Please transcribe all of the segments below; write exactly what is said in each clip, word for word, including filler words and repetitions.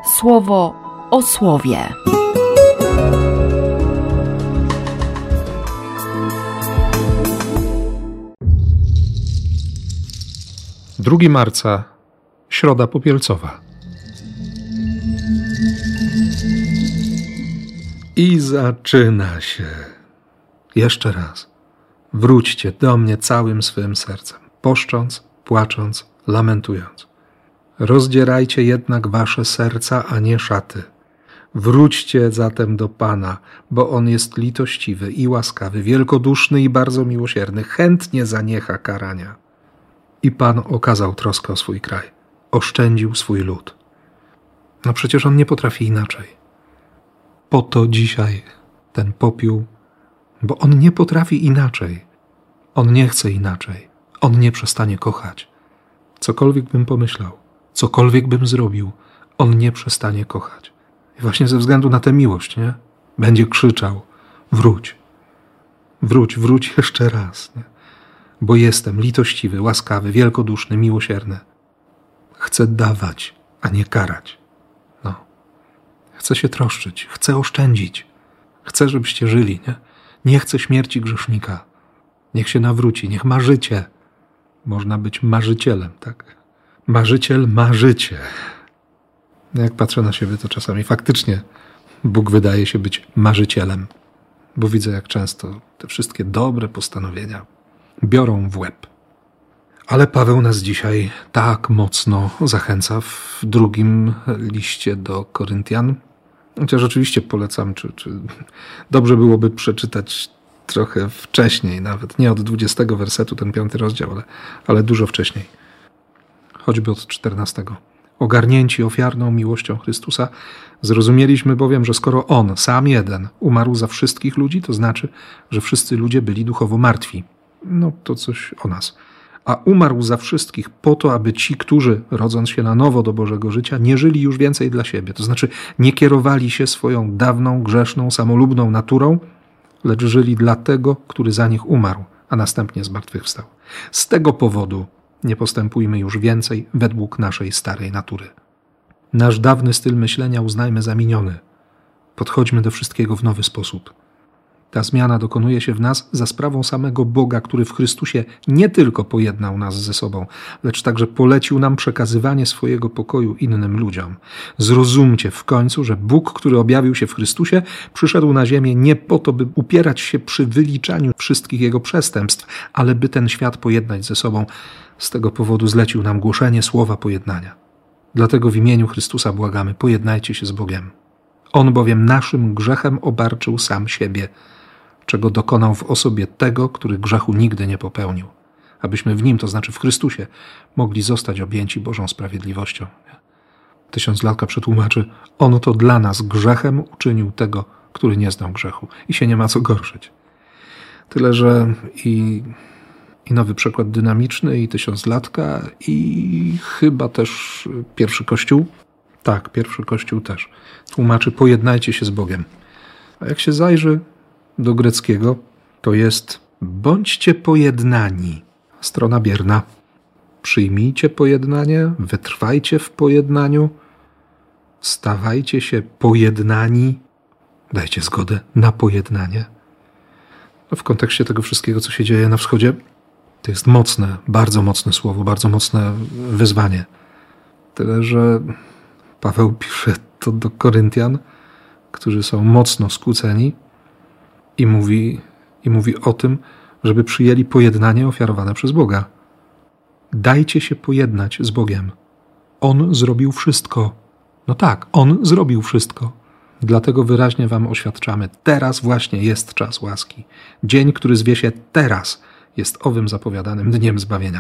Słowo o słowie. drugiego marca, Środa Popielcowa. I zaczyna się. Jeszcze raz. Wróćcie do mnie całym swym sercem, poszcząc, płacząc, lamentując. Rozdzierajcie jednak wasze serca, a nie szaty. Wróćcie zatem do Pana, bo On jest litościwy i łaskawy, wielkoduszny i bardzo miłosierny, chętnie zaniecha karania. I Pan okazał troskę o swój kraj, oszczędził swój lud. No przecież On nie potrafi inaczej. Po to dzisiaj ten popiół, bo On nie potrafi inaczej. On nie chce inaczej. On nie przestanie kochać. Cokolwiek bym pomyślał, cokolwiek bym zrobił, On nie przestanie kochać. I właśnie ze względu na tę miłość, nie? Będzie krzyczał: wróć, wróć, wróć jeszcze raz, nie? Bo jestem litościwy, łaskawy, wielkoduszny, miłosierny. Chcę dawać, a nie karać. No. Chcę się troszczyć, chcę oszczędzić. Chcę, żebyście żyli, nie? Nie chcę śmierci grzesznika. Niech się nawróci, niech ma życie. Można być marzycielem, tak? Marzyciel ma życie. Jak patrzę na siebie, to czasami faktycznie Bóg wydaje się być marzycielem, bo widzę, jak często te wszystkie dobre postanowienia biorą w łeb. Ale Paweł nas dzisiaj tak mocno zachęca w drugim liście do Koryntian. Chociaż oczywiście polecam, czy, czy dobrze byłoby przeczytać trochę wcześniej, nawet nie od dwudziestego wersetu, ten piąty rozdział, ale, ale dużo wcześniej. Choćby od czternastego. Ogarnięci ofiarną miłością Chrystusa, zrozumieliśmy bowiem, że skoro On, sam jeden, umarł za wszystkich ludzi, to znaczy, że wszyscy ludzie byli duchowo martwi. No to coś o nas. A umarł za wszystkich po to, aby ci, którzy, rodząc się na nowo do Bożego życia, nie żyli już więcej dla siebie. To znaczy nie kierowali się swoją dawną, grzeszną, samolubną naturą, lecz żyli dla tego, który za nich umarł, a następnie zmartwychwstał. Z tego powodu nie postępujmy już więcej według naszej starej natury. Nasz dawny styl myślenia uznajmy za miniony. Podchodźmy do wszystkiego w nowy sposób. Ta zmiana dokonuje się w nas za sprawą samego Boga, który w Chrystusie nie tylko pojednał nas ze sobą, lecz także polecił nam przekazywanie swojego pokoju innym ludziom. Zrozumcie w końcu, że Bóg, który objawił się w Chrystusie, przyszedł na ziemię nie po to, by upierać się przy wyliczaniu wszystkich Jego przestępstw, ale by ten świat pojednać ze sobą. Z tego powodu zlecił nam głoszenie słowa pojednania. Dlatego w imieniu Chrystusa błagamy, pojednajcie się z Bogiem. On bowiem naszym grzechem obarczył sam siebie, czego dokonał w osobie tego, który grzechu nigdy nie popełnił, abyśmy w Nim, to znaczy w Chrystusie, mogli zostać objęci Bożą sprawiedliwością. Tysiąclatka przetłumaczy: On to dla nas grzechem uczynił tego, który nie znał grzechu i się nie ma co gorszyć. Tyle, że i, i Nowy Przekład Dynamiczny, i Tysiąclatka, i chyba też Pierwszy Kościół, tak, Pierwszy Kościół też, tłumaczy: pojednajcie się z Bogiem. A jak się zajrzy do greckiego, to jest: bądźcie pojednani. Strona bierna. Przyjmijcie pojednanie, wytrwajcie w pojednaniu, stawajcie się pojednani, dajcie zgodę na pojednanie. No w kontekście tego wszystkiego, co się dzieje na wschodzie, to jest mocne, bardzo mocne słowo, bardzo mocne wyzwanie. Tyle, że Paweł pisze to do Koryntian, którzy są mocno skłóceni, I mówi, I mówi o tym, żeby przyjęli pojednanie ofiarowane przez Boga. Dajcie się pojednać z Bogiem. On zrobił wszystko. No tak, On zrobił wszystko. Dlatego wyraźnie wam oświadczamy, teraz właśnie jest czas łaski. Dzień, który zwie się teraz, jest owym zapowiadanym dniem zbawienia.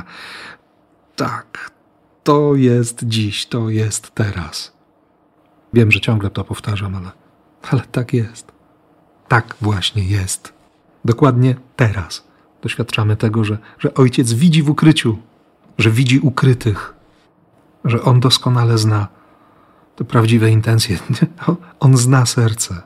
Tak, to jest dziś, to jest teraz. Wiem, że ciągle to powtarzam, ale, ale tak jest. Tak właśnie jest. Dokładnie teraz doświadczamy tego, że, że Ojciec widzi w ukryciu, że widzi ukrytych, że On doskonale zna te prawdziwe intencje. On zna serce.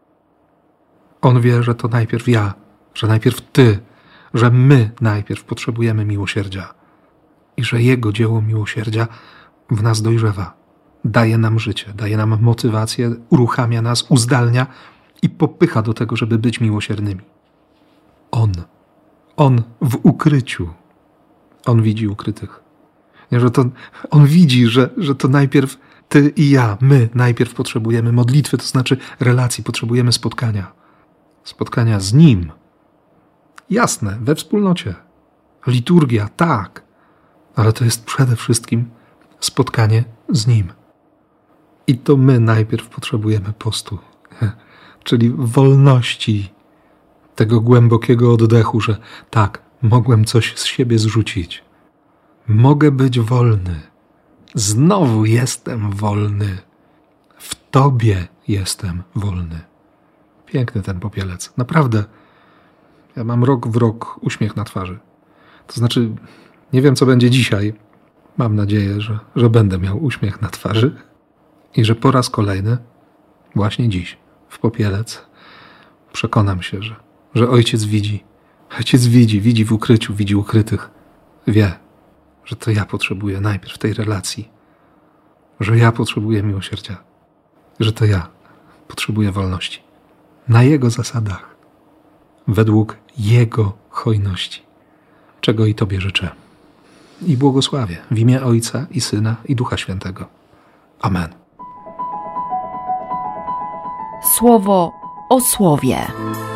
On wie, że to najpierw ja, że najpierw ty, że my najpierw potrzebujemy miłosierdzia i że Jego dzieło miłosierdzia w nas dojrzewa. daje nam życie, daje nam motywację, uruchamia nas, uzdalnia i popycha do tego, żeby być miłosiernymi. On, On w ukryciu, On widzi ukrytych. Nie, że to, on widzi, że, że to najpierw ty i ja, my najpierw potrzebujemy modlitwy, to znaczy relacji, potrzebujemy spotkania. Spotkania z Nim. Jasne, we wspólnocie. Liturgia, tak, ale to jest przede wszystkim spotkanie z Nim. I to my najpierw potrzebujemy postu, czyli wolności, tego głębokiego oddechu, że tak, mogłem coś z siebie zrzucić. Mogę być wolny. Znowu jestem wolny. W Tobie jestem wolny. Piękny ten popielec. Naprawdę. Ja mam rok w rok uśmiech na twarzy. To znaczy, nie wiem, co będzie dzisiaj. Mam nadzieję, że, że będę miał uśmiech na twarzy i że po raz kolejny, właśnie dziś, w popielec, przekonam się, że, że Ojciec widzi. Ojciec widzi, widzi w ukryciu, widzi ukrytych. Wie, że to ja potrzebuję najpierw tej relacji, że ja potrzebuję miłosierdzia, że to ja potrzebuję wolności. Na Jego zasadach, według Jego hojności, czego i Tobie życzę. I błogosławię w imię Ojca i Syna i Ducha Świętego. Amen. Słowo o słowie.